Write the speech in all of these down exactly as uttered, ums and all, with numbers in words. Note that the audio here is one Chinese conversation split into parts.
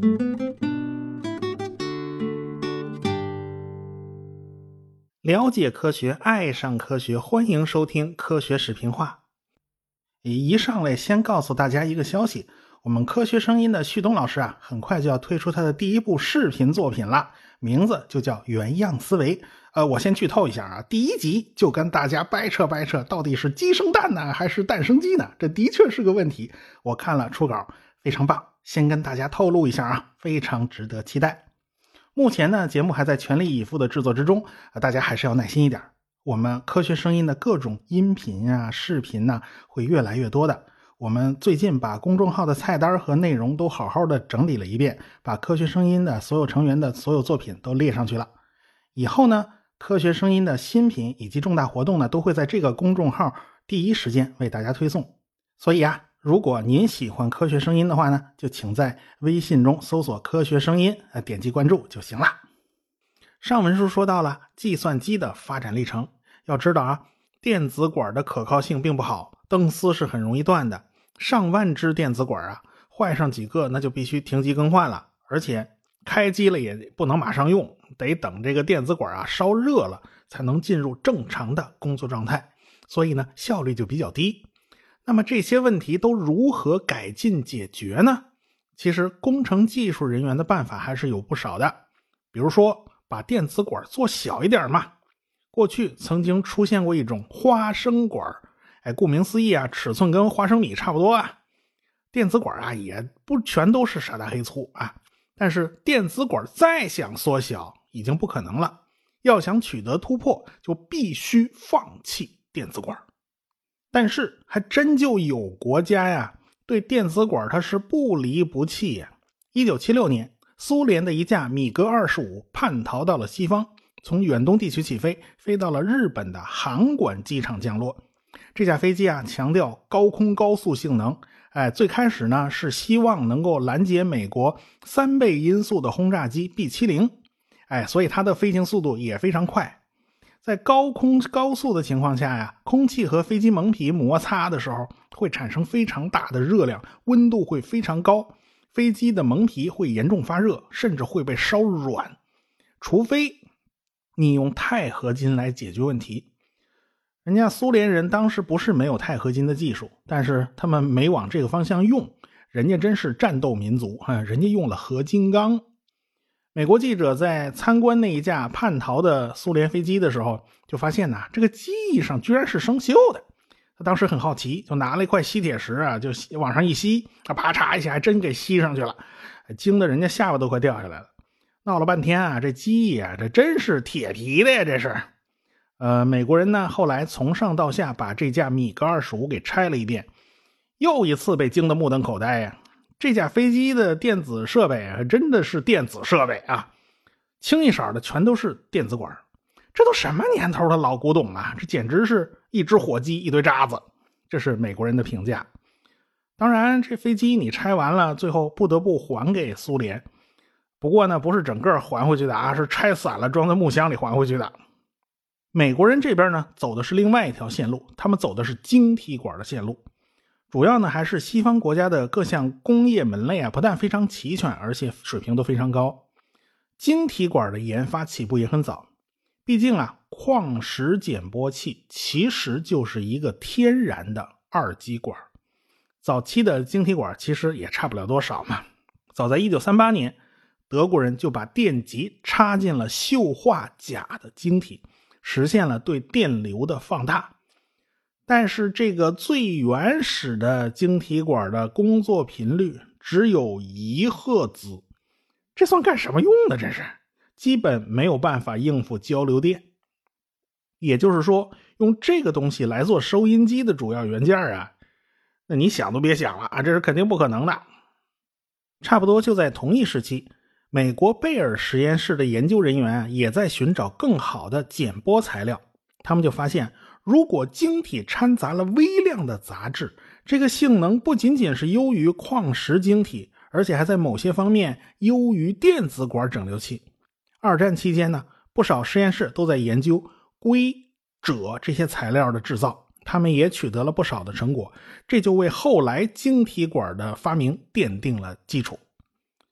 了解科学，爱上科学，欢迎收听科学视频化。一上来先告诉大家一个消息，我们科学声音的旭东老师啊，很快就要推出他的第一部视频作品了，名字就叫原样思维。呃，我先剧透一下啊，第一集就跟大家掰扯掰扯，到底是鸡生蛋呢，还是蛋生鸡呢？这的确是个问题。我看了初稿，非常棒，先跟大家透露一下啊，非常值得期待。目前呢，节目还在全力以赴的制作之中，大家还是要耐心一点。我们科学声音的各种音频啊、视频呢、啊，会越来越多的。我们最近把公众号的菜单和内容都好好的整理了一遍，把科学声音的所有成员的所有作品都列上去了。以后呢，科学声音的新品以及重大活动呢，都会在这个公众号第一时间为大家推送。所以啊，如果您喜欢科学声音的话呢，就请在微信中搜索科学声音，点击关注就行了。上文书说到了计算机的发展历程，要知道啊，电子管的可靠性并不好，灯丝是很容易断的，上万只电子管啊，坏上几个那就必须停机更换了，而且开机了也不能马上用，得等这个电子管啊烧热了才能进入正常的工作状态，所以呢效率就比较低。那么这些问题都如何改进解决呢？其实工程技术人员的办法还是有不少的，比如说把电子管做小一点嘛。过去曾经出现过一种花生管，哎，顾名思义啊，尺寸跟花生米差不多啊。电子管啊也不全都是傻大黑粗啊，但是电子管再想缩小已经不可能了，要想取得突破就必须放弃电子管。但是还真就有国家呀对电子管它是不离不弃呀。一九七六年，苏联的一架米格二十五叛逃到了西方，从远东地区起飞，飞到了日本的函馆机场降落。这架飞机啊强调高空高速性能，哎，最开始呢是希望能够拦截美国三倍音速的轰炸机 B 七十， 哎，所以它的飞行速度也非常快。在高空高速的情况下呀，空气和飞机蒙皮摩擦的时候会产生非常大的热量，温度会非常高，飞机的蒙皮会严重发热，甚至会被烧软，除非你用钛合金来解决问题。人家苏联人当时不是没有钛合金的技术，但是他们没往这个方向用，人家真是战斗民族，人家用了合金钢。美国记者在参观那一架叛逃的苏联飞机的时候，就发现呐，这个机翼上居然是生锈的。他当时很好奇，就拿了一块吸铁石啊，就往上一吸，啪嚓一下还真给吸上去了，惊得人家下巴都快掉下来了。闹了半天啊，这机翼啊，这真是铁皮的呀，这是。呃，美国人呢，后来从上到下把这架米格二十五给拆了一遍，又一次被惊得目瞪口呆呀。这架飞机的电子设备啊，真的是电子设备啊，清一色的全都是电子管。这都什么年头的老古董啊，这简直是一只火鸡一堆渣子，这是美国人的评价。当然这飞机你拆完了，最后不得不还给苏联，不过呢不是整个还回去的啊，是拆散了装在木箱里还回去的。美国人这边呢走的是另外一条线路，他们走的是晶体管的线路。主要呢还是西方国家的各项工业门类啊，不但非常齐全，而且水平都非常高。晶体管的研发起步也很早，毕竟啊，矿石减波器其实就是一个天然的二极管。早期的晶体管其实也差不了多少嘛。早在一九三八年，德国人就把电极插进了溴化钾的晶体，实现了对电流的放大。但是这个最原始的晶体管的工作频率只有一赫兹，这算干什么用的？真是基本没有办法应付交流电。也就是说，用这个东西来做收音机的主要元件啊，那你想都别想了啊，这是肯定不可能的。差不多就在同一时期，美国贝尔实验室的研究人员啊，也在寻找更好的减波材料。他们就发现，如果晶体掺杂了微量的杂质，这个性能不仅仅是优于矿石晶体，而且还在某些方面优于电子管整流器。二战期间呢，不少实验室都在研究硅、锗这些材料的制造，他们也取得了不少的成果，这就为后来晶体管的发明奠定了基础。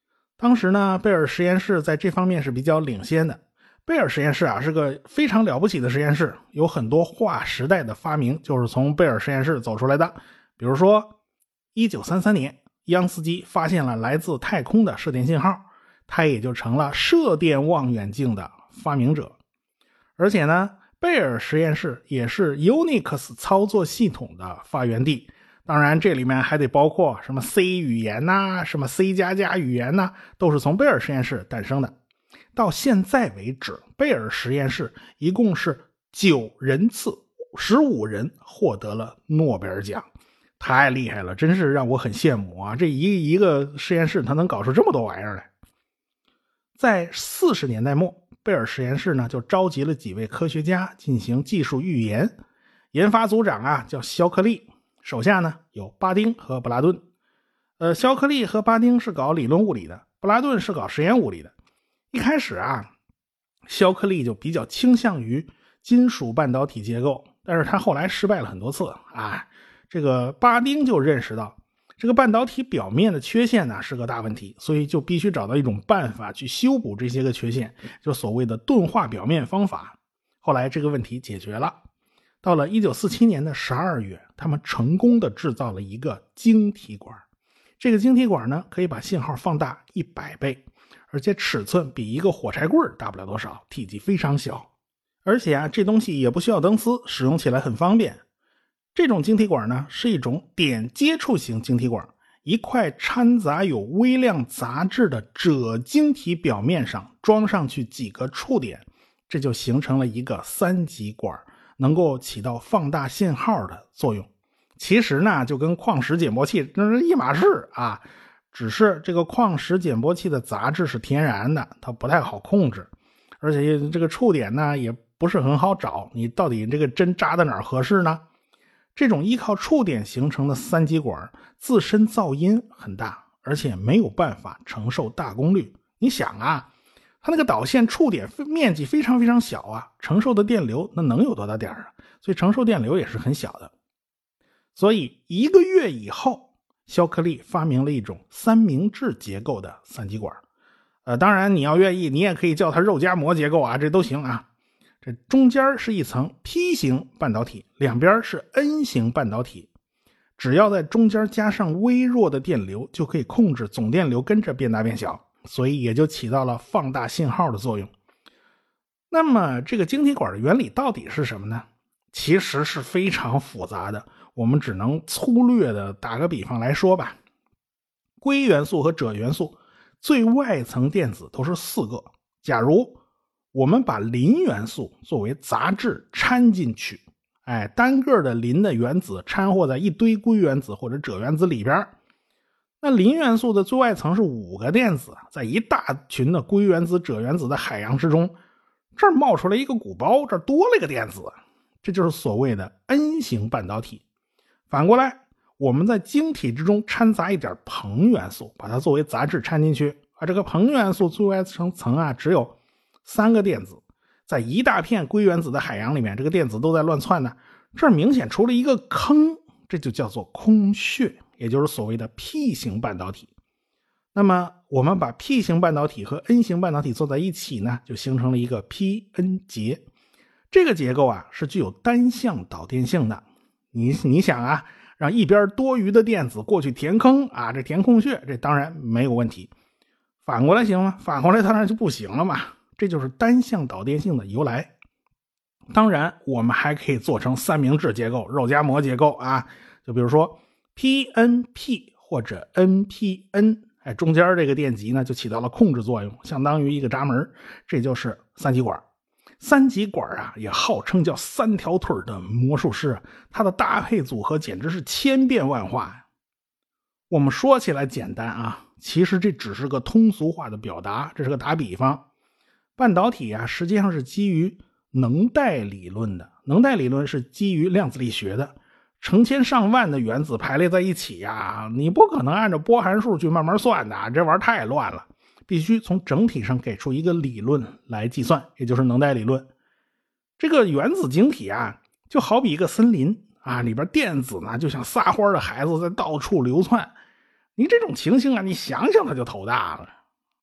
当时呢，贝尔实验室在这方面是比较领先的。贝尔实验室啊是个非常了不起的实验室，有很多划时代的发明就是从贝尔实验室走出来的。比如说一九三三年，央斯基发现了来自太空的射电信号，他也就成了射电望远镜的发明者。而且呢，贝尔实验室也是 Unix 操作系统的发源地。当然这里面还得包括什么 C 语言呐、啊、什么 C 加加语言呐、啊，都是从贝尔实验室诞生的。到现在为止，贝尔实验室一共是九人次十五人获得了诺贝尔奖，太厉害了，真是让我很羡慕啊！这一一个实验室它能搞出这么多玩意儿来。在四十年代末，贝尔实验室呢就召集了几位科学家进行技术预研。研发组长啊叫肖克利，手下呢有巴丁和布拉顿。呃，肖克利和巴丁是搞理论物理的，布拉顿是搞实验物理的。一开始啊，肖克利就比较倾向于金属半导体结构，但是他后来失败了很多次啊。这个巴丁就认识到这个半导体表面的缺陷呢是个大问题，所以就必须找到一种办法去修补这些个缺陷，就所谓的钝化表面方法。后来这个问题解决了。到了一九四七年的十二月，他们成功的制造了一个晶体管。这个晶体管呢可以把信号放大一百倍，而且尺寸比一个火柴棍大不了多少，体积非常小。而且啊，这东西也不需要灯丝，使用起来很方便。这种晶体管呢是一种点接触型晶体管，一块掺杂有微量杂质的锗晶体表面上装上去几个触点，这就形成了一个三极管，能够起到放大信号的作用。其实呢就跟矿石减波器这是一码事啊，只是这个矿石减波器的杂质是天然的，它不太好控制，而且这个触点呢也不是很好找，你到底这个针扎在哪儿合适呢？这种依靠触点形成的三极管自身噪音很大，而且没有办法承受大功率。你想啊，它那个导线触点面积非常非常小啊，承受的电流那能有多大点啊？所以承受电流也是很小的。所以一个月以后，肖克利发明了一种三明治结构的三极管。呃，当然你要愿意，你也可以叫它肉夹馍结构啊，这都行啊。这中间是一层 P 型半导体，两边是 N 型半导体，只要在中间加上微弱的电流，就可以控制总电流跟着变大变小，所以也就起到了放大信号的作用。那么这个晶体管的原理到底是什么呢？其实是非常复杂的，我们只能粗略的打个比方来说吧。硅元素和锗元素最外层电子都是四个，假如我们把磷元素作为杂质掺进去，哎，单个的磷的原子掺和在一堆硅原子或者锗原子里边，那磷元素的最外层是五个电子，在一大群的硅原子、锗原子的海洋之中，这儿冒出来一个鼓包，这儿多了一个电子，这就是所谓的 N 型半导体。反过来，我们在晶体之中掺杂一点硼元素，把它作为杂质掺进去，而这个硼元素最外层层啊只有三个电子，在一大片硅原子的海洋里面，这个电子都在乱窜呢，这儿明显出了一个坑，这就叫做空穴，也就是所谓的 P 型半导体。那么我们把 P 型半导体和 N 型半导体做在一起呢，就形成了一个 P N 结。这个结构啊是具有单向导电性的。你你想啊，让一边多余的电子过去填坑啊，这填空穴，这当然没有问题。反过来行吗？反过来当然就不行了嘛。这就是单向导电性的由来。当然我们还可以做成三明治结构、肉夹馍结构啊，就比如说 P N P 或者 N P N， 哎，中间这个电极呢就起到了控制作用，相当于一个闸门，这就是三极管。三极管啊也号称叫三条腿的魔术师，它的搭配组合简直是千变万化。我们说起来简单啊，其实这只是个通俗化的表达，这是个打比方。半导体啊实际上是基于能带理论的，能带理论是基于量子力学的，成千上万的原子排列在一起呀，你不可能按照波函数去慢慢算的，这玩意儿太乱了，必须从整体上给出一个理论来计算，也就是能带理论。这个原子晶体啊就好比一个森林啊，里边电子呢就像撒欢的孩子在到处流窜，你这种情形啊，你想想它就头大了。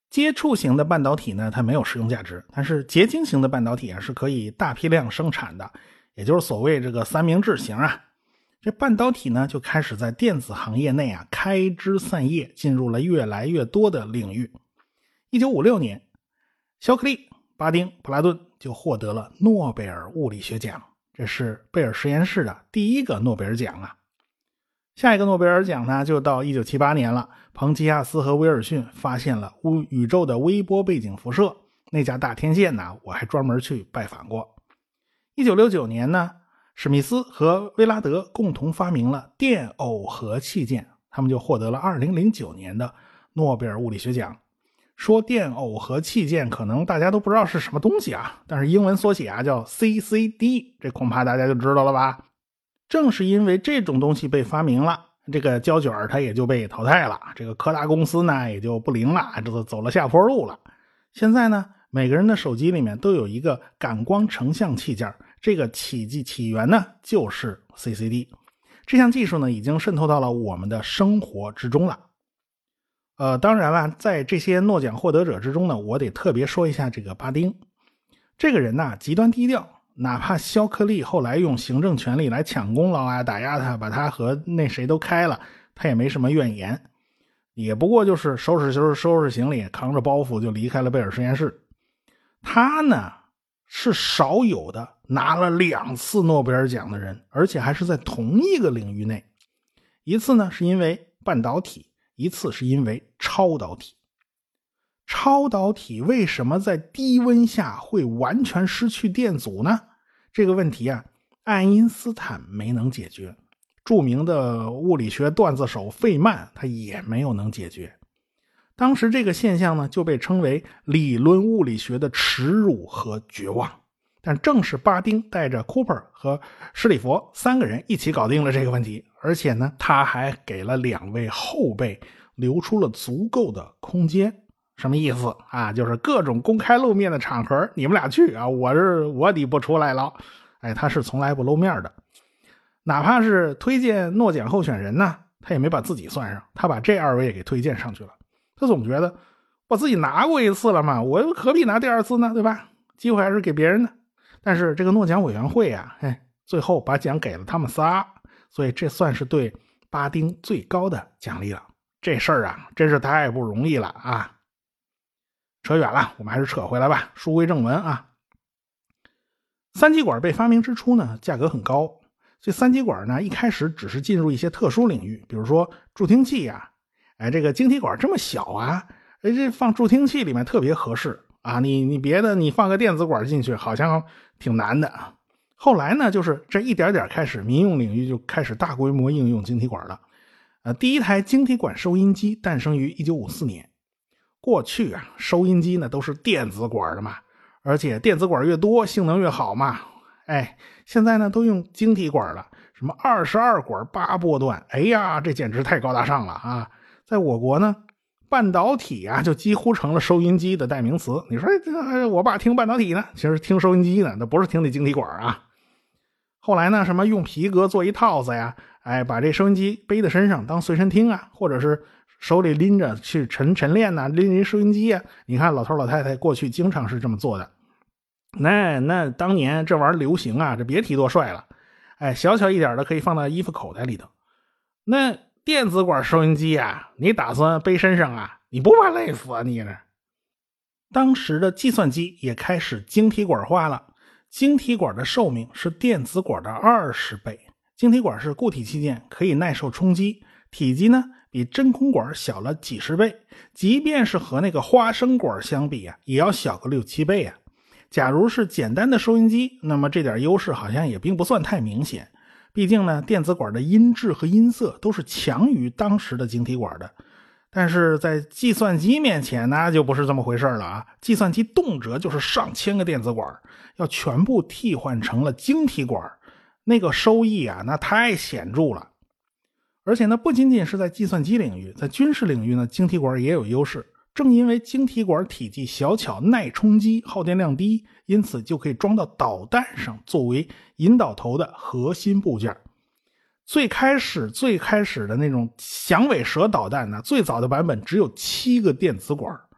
接触型的半导体呢，它没有实用价值，但是结晶型的半导体啊是可以大批量生产的，也就是所谓这个三明治型啊。这半导体呢就开始在电子行业内啊开枝散叶，进入了越来越多的领域。一九五六年，肖克利、巴丁、普拉顿就获得了诺贝尔物理学奖，这是贝尔实验室的第一个诺贝尔奖啊。下一个诺贝尔奖呢就到一九七八年了，彭齐亚斯和威尔逊发现了宇宙的微波背景辐射，那家大天线呢我还专门去拜访过。一九六九年呢，史密斯和威拉德共同发明了电耦合器件，他们就获得了二零零九年的诺贝尔物理学奖。说电耦合器件可能大家都不知道是什么东西啊，但是英文缩写啊叫 C C D， 这恐怕大家就知道了吧。正是因为这种东西被发明了，这个胶卷它也就被淘汰了，这个柯达公司呢也就不灵了，这都走了下坡路了。现在呢，每个人的手机里面都有一个感光成像器件，这个起迹起源呢就是 C C D。 这项技术呢已经渗透到了我们的生活之中了。呃，当然了，在这些诺奖获得者之中呢，我得特别说一下这个巴丁。这个人呢极端低调，哪怕肖克利后来用行政权力来抢功劳啊，打压他，把他和那谁都开了，他也没什么怨言，也不过就是收拾收拾收拾行李，扛着包袱就离开了贝尔实验室。他呢是少有的拿了两次诺贝尔奖的人，而且还是在同一个领域内。一次呢是因为半导体，一次是因为超导体。超导体为什么在低温下会完全失去电阻呢？这个问题啊，爱因斯坦没能解决，著名的物理学段子手费曼他也没有能解决。当时这个现象呢就被称为理论物理学的耻辱和绝望。但正是巴丁带着 Cooper 和施里佛三个人一起搞定了这个问题，而且呢他还给了两位后辈留出了足够的空间。什么意思啊？就是各种公开露面的场合你们俩去啊，我是我得不出来了。哎，他是从来不露面的。哪怕是推荐诺奖候选人呢，他也没把自己算上，他把这二位给推荐上去了。他总觉得我自己拿过一次了嘛，我何必拿第二次呢，对吧？机会还是给别人的。但是这个诺奖委员会啊，哎，最后把奖给了他们仨，所以这算是对巴丁最高的奖励了。这事儿啊真是太不容易了啊。扯远了，我们还是扯回来吧，书归正文啊。三极管被发明之初呢，价格很高，所以三极管呢一开始只是进入一些特殊领域，比如说助听器啊，哎，这个晶体管这么小啊，哎，这放助听器里面特别合适啊。你你别的你放个电子管进去，好像挺难的啊。后来呢，就是这一点点开始，民用领域就开始大规模应用晶体管了。呃，第一台晶体管收音机诞生于一九五四年。过去啊，收音机呢都是电子管的嘛，而且电子管越多，性能越好嘛。哎，现在呢都用晶体管了，什么二十二管八波段，哎呀，这简直太高大上了啊！在我国呢，半导体啊就几乎成了收音机的代名词。你说这我爸听半导体呢，其实听收音机呢，那不是听那晶体管啊。后来呢，什么用皮革做一套子呀，哎，把这收音机背在身上当随身听啊，或者是手里拎着去晨晨练呐、啊，拎着收音机啊。你看老头老太太过去经常是这么做的。那那当年这玩意儿流行啊，这别提多帅了。哎，小小一点的可以放到衣服口袋里头。那电子管收音机啊，你打算背身上啊？你不怕累死啊你这？当时的计算机也开始晶体管化了。晶体管的寿命是电子管的二十倍。晶体管是固体器件，可以耐受冲击，体积呢比真空管小了几十倍，即便是和那个花生管相比啊，也要小个六七倍啊。假如是简单的收音机，那么这点优势好像也并不算太明显。毕竟呢，电子管的音质和音色都是强于当时的晶体管的。但是在计算机面前那就不是这么回事了啊！计算机动辄就是上千个电子管，要全部替换成了晶体管，那个收益啊，那太显著了。而且呢，不仅仅是在计算机领域，在军事领域呢，晶体管也有优势。正因为晶体管体积小巧、耐冲击、耗电量低，因此就可以装到导弹上，作为引导头的核心部件。最开始最开始的那种响尾蛇导弹呢，最早的版本只有七个电子管。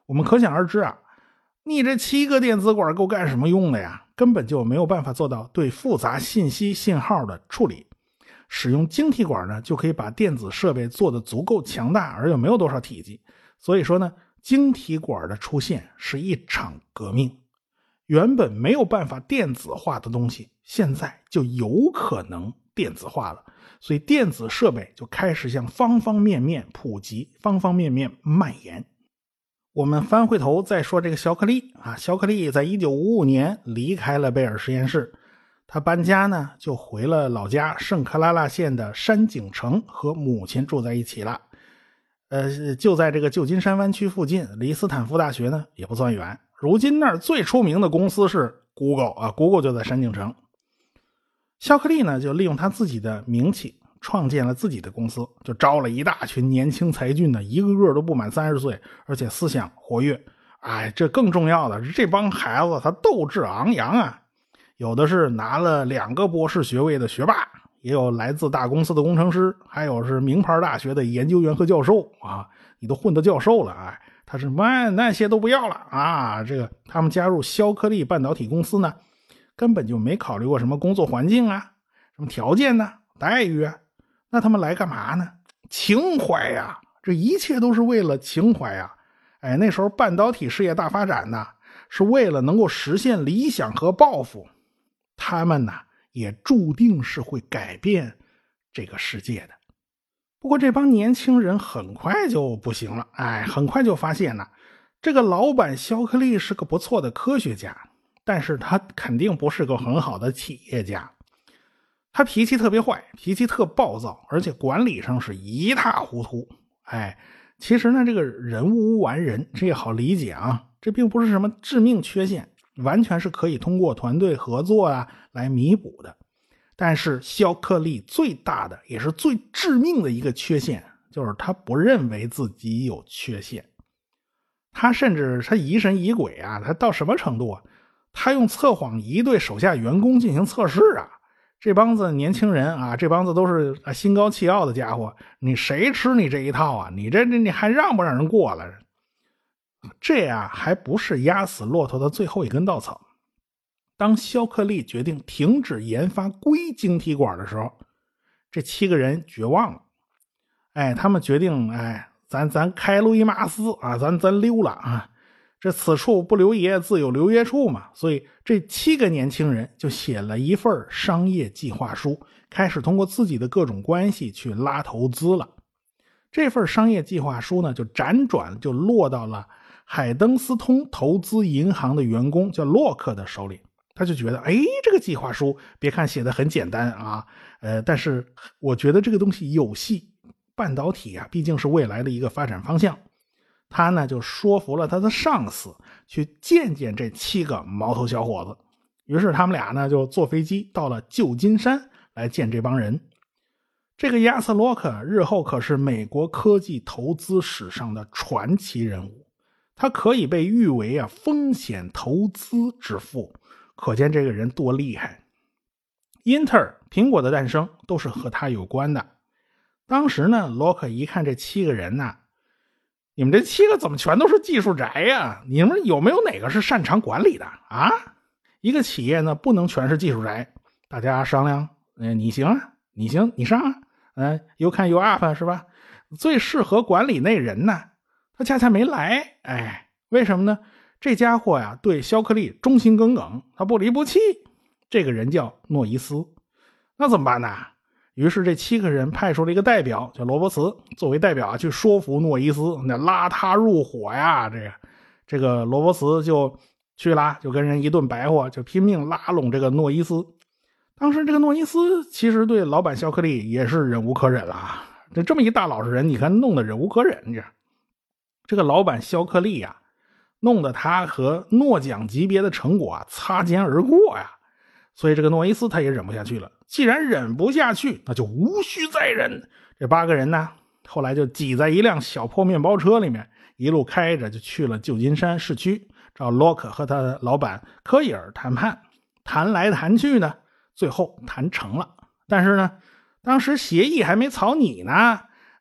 我们可想而知啊，你这七个电子管够干什么用的呀？根本就没有办法做到对复杂信息信号的处理。使用晶体管呢，就可以把电子设备做得足够强大，而又没有多少体积。所以说呢，晶体管的出现是一场革命。原本没有办法电子化的东西，现在就有可能电子化了。所以电子设备就开始向方方面面普及，方方面面蔓延。我们翻回头再说这个肖克利啊，肖克利在一九五五年离开了贝尔实验室，他搬家呢就回了老家圣克拉拉县的山景城，和母亲住在一起了。呃，就在这个旧金山湾区附近，离斯坦福大学呢也不算远。如今那儿最出名的公司是 Google 啊 ，Google 就在山景城。肖克利呢就利用他自己的名气创建了自己的公司，就招了一大群年轻才俊呢，一个个都不满三十岁，而且思想活跃。哎，这更重要的是这帮孩子他斗志昂扬啊，有的是拿了两个博士学位的学霸，也有来自大公司的工程师，还有是名牌大学的研究员和教授啊，你都混到教授了，哎，他是慢那些都不要了啊。这个他们加入肖克利半导体公司呢，根本就没考虑过什么工作环境啊，什么条件呢，待遇啊，那他们来干嘛呢？情怀呀，这一切都是为了情怀呀。哎，那时候半导体事业大发展呢，是为了能够实现理想和抱负。他们呢，也注定是会改变这个世界的。不过这帮年轻人很快就不行了，哎，很快就发现呢，这个老板肖克利是个不错的科学家，但是他肯定不是个很好的企业家。他脾气特别坏，脾气特暴躁，而且管理上是一塌糊涂。哎，其实呢，这个人无完人，这也好理解啊，这并不是什么致命缺陷，完全是可以通过团队合作啊来弥补的。但是肖克利最大的也是最致命的一个缺陷，就是他不认为自己有缺陷。他甚至他疑神疑鬼啊，他到什么程度啊？他用测谎仪对手下员工进行测试啊。这帮子年轻人啊，这帮子都是心高气傲的家伙，你谁吃你这一套啊？你这你还让不让人过了？这呀还不是压死骆驼的最后一根稻草。当肖克利决定停止研发硅晶体管的时候，这七个人绝望了。哎，他们决定，哎，咱咱开路易马斯啊，咱咱溜了啊！这此处不留爷，自有留爷处嘛。所以这七个年轻人就写了一份商业计划书，开始通过自己的各种关系去拉投资了。这份商业计划书呢，就辗转就落到了海登斯通投资银行的员工叫洛克的手里。他就觉得，哎，这个计划书别看写的很简单啊，呃，但是我觉得这个东西有戏，半导体啊，毕竟是未来的一个发展方向。他呢就说服了他的上司去见见这七个毛头小伙子。于是他们俩呢就坐飞机到了旧金山来见这帮人。这个亚瑟洛克日后可是美国科技投资史上的传奇人物，他可以被誉为啊风险投资之父。可见这个人多厉害。英特尔、苹果的诞生都是和他有关的。当时呢，洛克一看这七个人呢，你们这七个怎么全都是技术宅呀？你们有没有哪个是擅长管理的啊？一个企业呢，不能全是技术宅。大家商量，呃、你行啊，你行，你上啊，呃、you can you up 是吧？最适合管理那人呢，他恰恰没来。哎，为什么呢？这家伙呀，对肖克利忠心耿耿，他不离不弃。这个人叫诺伊斯。那怎么办呢？于是这七个人派出了一个代表叫罗伯茨，作为代表啊去说服诺伊斯，那拉他入伙呀。这个这个罗伯茨就去了，就跟人一顿白话，就拼命拉拢这个诺伊斯。当时这个诺伊斯其实对老板肖克利也是忍无可忍了。这这么一大老实人，你看弄得忍无可忍。这这个老板肖克利呀，弄得他和诺奖级别的成果啊擦肩而过呀。所以这个诺伊斯他也忍不下去了。既然忍不下去，那就无需再忍。这八个人呢，后来就挤在一辆小破面包车里面，一路开着就去了旧金山市区，找洛克和他的老板科伊尔谈判。谈来谈去呢，最后谈成了。但是呢，当时协议还没草拟呢，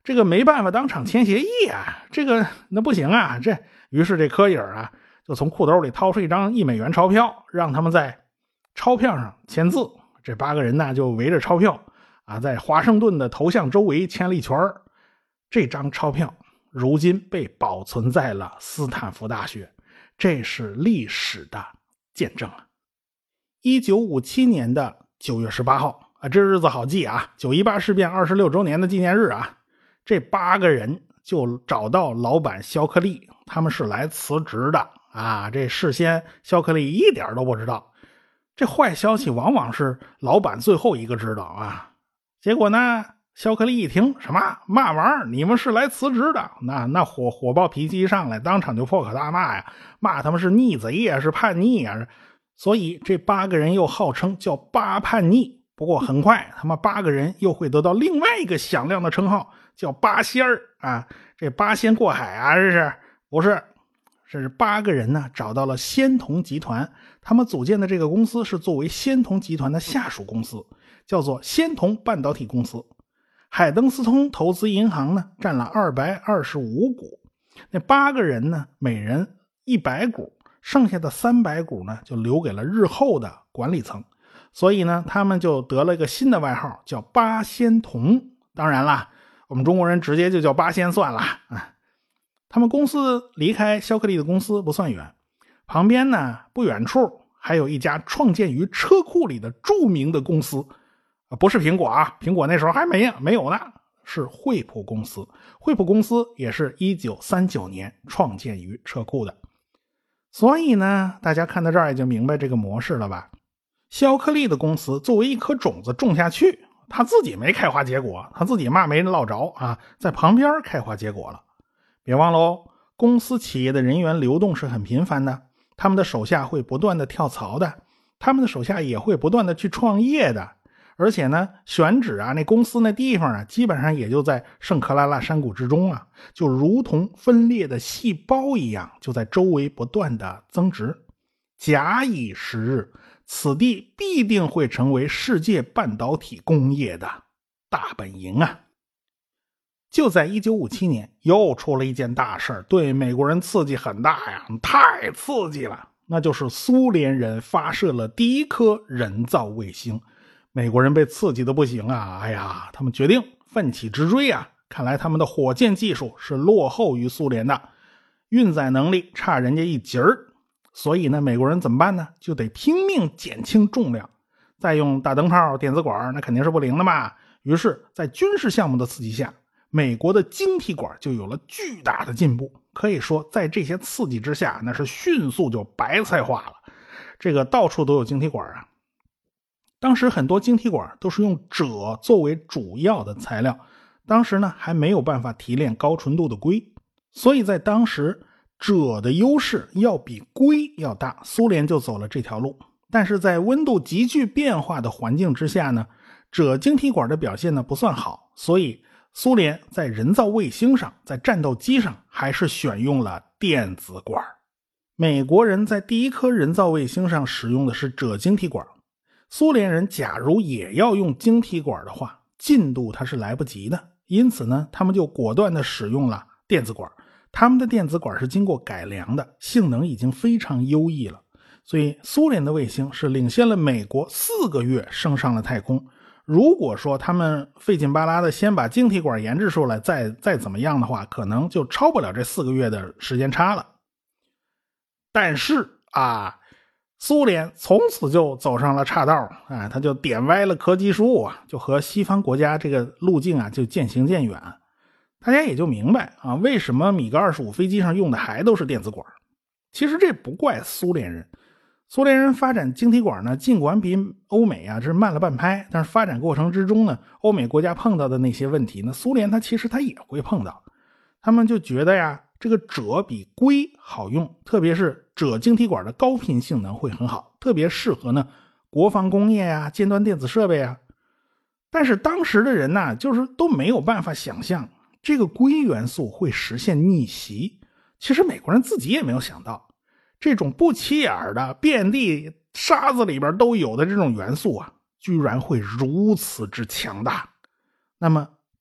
这个没办法当场签协议啊，这个那不行啊。这于是这科伊尔啊就从裤兜里掏出一张一美元钞票，让他们在钞票上签字。这八个人呢就围着钞票啊，在华盛顿的头像周围签了一圈。这张钞票如今被保存在了斯坦福大学，这是历史的见证啊。一九五七年的九月十八号啊，这日子好记啊，九一八事变二十六周年的纪念日啊。这八个人就找到老板肖克利，他们是来辞职的啊。这事先肖克利一点都不知道，这坏消息往往是老板最后一个知道啊。结果呢，肖克利一听，什么嘛玩意儿，你们是来辞职的，那那火火爆脾气一上来，当场就破口大骂呀，骂他们是逆贼呀，是叛逆呀。所以这八个人又号称叫八叛逆。不过很快他们八个人又会得到另外一个响亮的称号，叫八仙儿啊。这八仙过海啊，这是不是？这是八个人呢找到了仙童集团，他们组建的这个公司是作为仙童集团的下属公司，叫做仙童半导体公司。海登斯通投资银行呢占了二百二十五股，那八个人呢每人一百股，剩下的三百股呢就留给了日后的管理层。所以呢他们就得了一个新的外号，叫八仙童。当然啦，我们中国人直接就叫八仙算了啊。他们公司离开肖克利的公司不算远，旁边呢不远处还有一家创建于车库里的著名的公司，不是苹果啊，苹果那时候还没没有呢，是惠普公司。惠普公司也是一九三九年创建于车库的。所以呢大家看到这儿已经明白这个模式了吧。肖克利的公司作为一颗种子种下去，他自己没开花结果，他自己嘛没落着啊，在旁边开花结果了。别忘了哦，公司企业的人员流动是很频繁的，他们的手下会不断的跳槽的，他们的手下也会不断的去创业的。而且呢选址啊，那公司那地方啊基本上也就在圣克拉拉山谷之中啊，就如同分裂的细胞一样，就在周围不断的增殖。假以时日，此地必定会成为世界半导体工业的大本营啊！就在一九五七年，又出了一件大事，对美国人刺激很大呀，太刺激了。那就是苏联人发射了第一颗人造卫星，美国人被刺激的不行啊！哎呀，他们决定奋起直追啊！看来他们的火箭技术是落后于苏联的，运载能力差人家一截儿。所以呢，美国人怎么办呢？就得拼命减轻重量，再用大灯泡、电子管，那肯定是不灵的嘛。于是，在军事项目的刺激下，美国的晶体管就有了巨大的进步。可以说，在这些刺激之下，那是迅速就白菜化了。这个到处都有晶体管啊。当时很多晶体管都是用锗作为主要的材料，当时呢还没有办法提炼高纯度的硅，所以在当时锗的优势要比硅要大，苏联就走了这条路。但是在温度急剧变化的环境之下呢，锗晶体管的表现呢不算好，所以苏联在人造卫星上，在战斗机上还是选用了电子管。美国人在第一颗人造卫星上使用的是锗晶体管，苏联人假如也要用晶体管的话，进度它是来不及的，因此呢他们就果断的使用了电子管。他们的电子管是经过改良的，性能已经非常优异了，所以苏联的卫星是领先了美国四个月升上了太空。如果说他们费劲巴拉的先把晶体管研制出来，再再怎么样的话，可能就超不了这四个月的时间差了。但是啊，苏联从此就走上了岔道啊，他就点歪了科技树啊，就和西方国家这个路径啊就渐行渐远。大家也就明白啊，为什么米格二十五飞机上用的还都是电子管。其实这不怪苏联人，苏联人发展晶体管呢，尽管比欧美啊这慢了半拍，但是发展过程之中呢，欧美国家碰到的那些问题呢，苏联它其实它也会碰到。他们就觉得呀，这个锗比硅好用，特别是锗晶体管的高频性能会很好，特别适合呢国防工业啊、尖端电子设备啊。但是当时的人呢，就是都没有办法想象这个硅元素会实现逆袭。其实美国人自己也没有想到，这种不起眼的遍地沙子里边都有的这种元素啊，居然会如此之强大。那么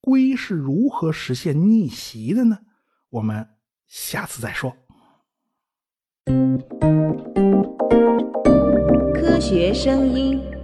龟是如何实现逆袭的呢？我们下次再说。 科学声音。